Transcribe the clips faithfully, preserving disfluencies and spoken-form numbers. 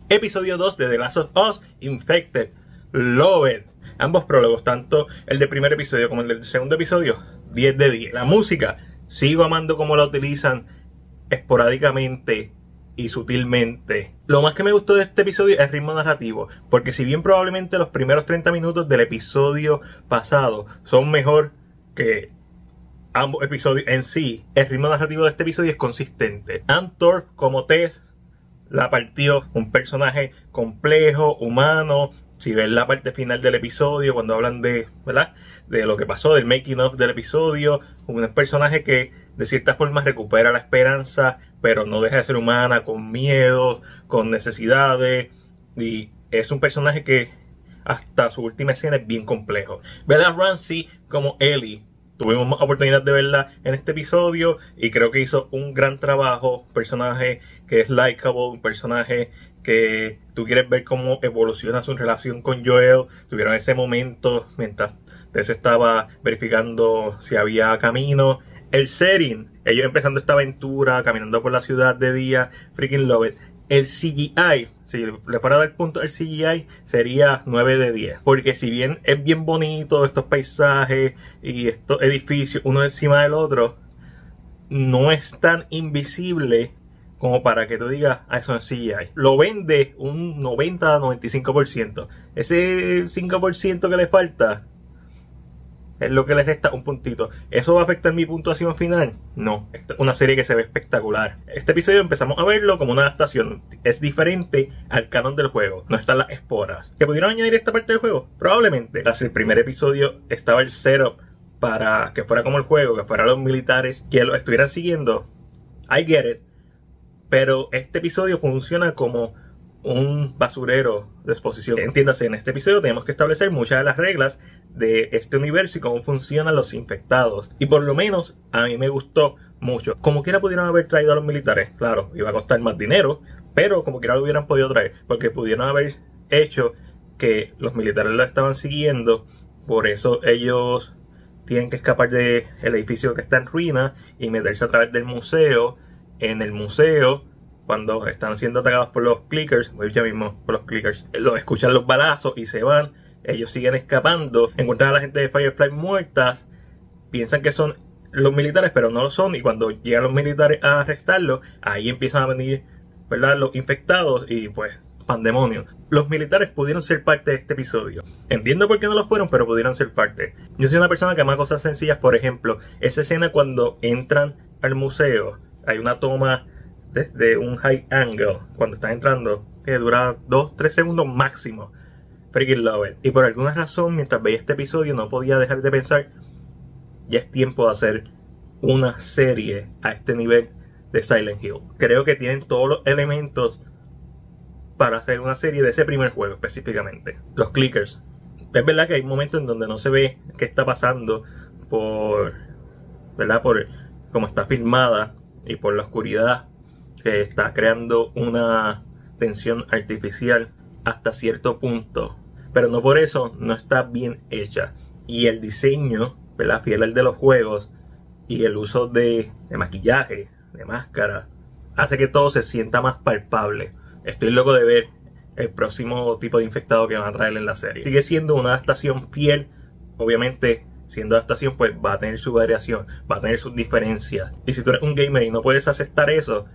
episodio dos de The Last of Us Infected Loved. Ambos prólogos, tanto el del primer episodio como el del segundo episodio, diez de diez. La música, sigo amando cómo la utilizan esporádicamente y sutilmente. Lo más que me gustó de este episodio es el ritmo narrativo, porque si bien probablemente los primeros treinta minutos del episodio pasado son mejor que ambos episodios en sí, el ritmo narrativo de este episodio es consistente. Ann Torv como Tess la partió, un personaje complejo, humano. Si ven la parte final del episodio, cuando hablan de, ¿verdad?, de lo que pasó, del making of del episodio, un personaje que de cierta forma recupera la esperanza, pero no deja de ser humana, con miedos, con necesidades, y es un personaje que hasta su última escena es bien complejo. Bella Ramsey como Ellie, tuvimos más oportunidad de verla en este episodio y creo que hizo un gran trabajo. Un personaje que es likeable, un personaje que tú quieres ver cómo evoluciona su relación con Joel. Tuvieron ese momento mientras Tess estaba verificando si había camino. El setting, ellos empezando esta aventura, caminando por la ciudad de día, freaking love it. El C G I, si le fuera a dar punto al C G I, sería nueve de diez. Porque si bien es bien bonito estos paisajes y estos edificios uno encima del otro, no es tan invisible como para que tú digas, ah, eso es C G I. Lo vende un noventa a noventa y cinco por ciento. Ese cinco por ciento que le falta es lo que le resta un puntito. ¿Eso va a afectar mi puntuación final? No. Esta es una serie que se ve espectacular. Este episodio empezamos a verlo como una adaptación. Es diferente al canon del juego. No están las esporas. ¿Que pudieron añadir esta parte del juego? Probablemente. Tras el primer episodio estaba el setup para que fuera como el juego, que fueran los militares que lo estuvieran siguiendo. I get it. Pero este episodio funciona como un basurero de exposición. Entiéndase, en este episodio tenemos que establecer muchas de las reglas de este universo y cómo funcionan los infectados. Y por lo menos a mí me gustó mucho. Como quiera pudieron haber traído a los militares. Claro, iba a costar más dinero, pero como quiera lo hubieran podido traer. Porque pudieron haber hecho que los militares lo estaban siguiendo. Por eso ellos tienen que escapar del edificio que está en ruina y meterse a través del museo. En el museo, cuando están siendo atacados por los clickers, voy ya mismo por los clickers, los escuchan los balazos y se van. Ellos siguen escapando, encuentran a la gente de Firefly muertas, piensan que son los militares, pero no lo son. Y cuando llegan los militares a arrestarlos, ahí empiezan a venir, ¿verdad?, los infectados y pues pandemonio. Los militares pudieron ser parte de este episodio. Entiendo por qué no lo fueron, pero pudieron ser parte. Yo soy una persona que ama cosas sencillas. Por ejemplo, esa escena cuando entran al museo, hay una toma desde un high angle cuando están entrando que dura dos tres segundos máximo. Freaking love it. Y por alguna razón, mientras veía este episodio, no podía dejar de pensar, ya es tiempo de hacer una serie a este nivel de Silent Hill. Creo que tienen todos los elementos para hacer una serie de ese primer juego específicamente. Los clickers. Es verdad que hay momentos en donde no se ve qué está pasando por, ¿verdad?, por cómo está filmada y por la oscuridad que está creando una tensión artificial hasta cierto punto, pero no por eso no está bien hecha. Y el diseño, ¿verdad?, fiel al de los juegos, y el uso de, de maquillaje, de máscara, hace que todo se sienta más palpable. Estoy loco de ver el próximo tipo de infectado que van a traer en la serie. Sigue siendo una adaptación fiel, obviamente. Siendo adaptación, pues va a tener su variación, va a tener sus diferencias. Y si tú eres un gamer y no puedes aceptar eso,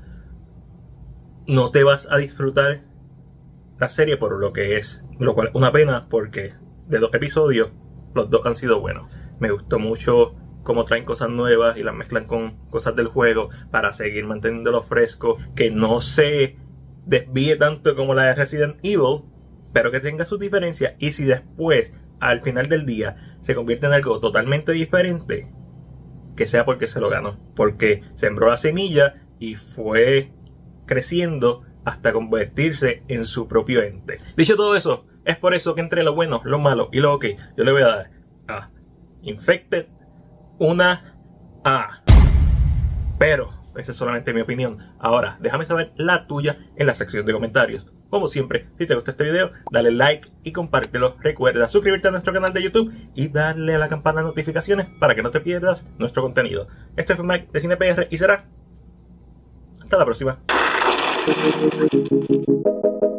no te vas a disfrutar la serie por lo que es. Lo cual es una pena, porque de dos episodios, los dos han sido buenos. Me gustó mucho cómo traen cosas nuevas y las mezclan con cosas del juego para seguir manteniéndolo fresco. Que no se desvíe tanto como la de Resident Evil, pero que tenga sus diferencias. Y si después, al final del día, se convierte en algo totalmente diferente, que sea porque se lo ganó, porque sembró la semilla y fue creciendo hasta convertirse en su propio ente. Dicho todo eso, es por eso que entre lo bueno, lo malo y lo ok, yo le voy a dar a Infected una A. Pero esa es solamente mi opinión. Ahora, déjame saber la tuya en la sección de comentarios. Como siempre, si te gustó este video, dale like y compártelo. Recuerda suscribirte a nuestro canal de YouTube y darle a la campana de notificaciones para que no te pierdas nuestro contenido. Este fue Mike de CinePR y será hasta la próxima.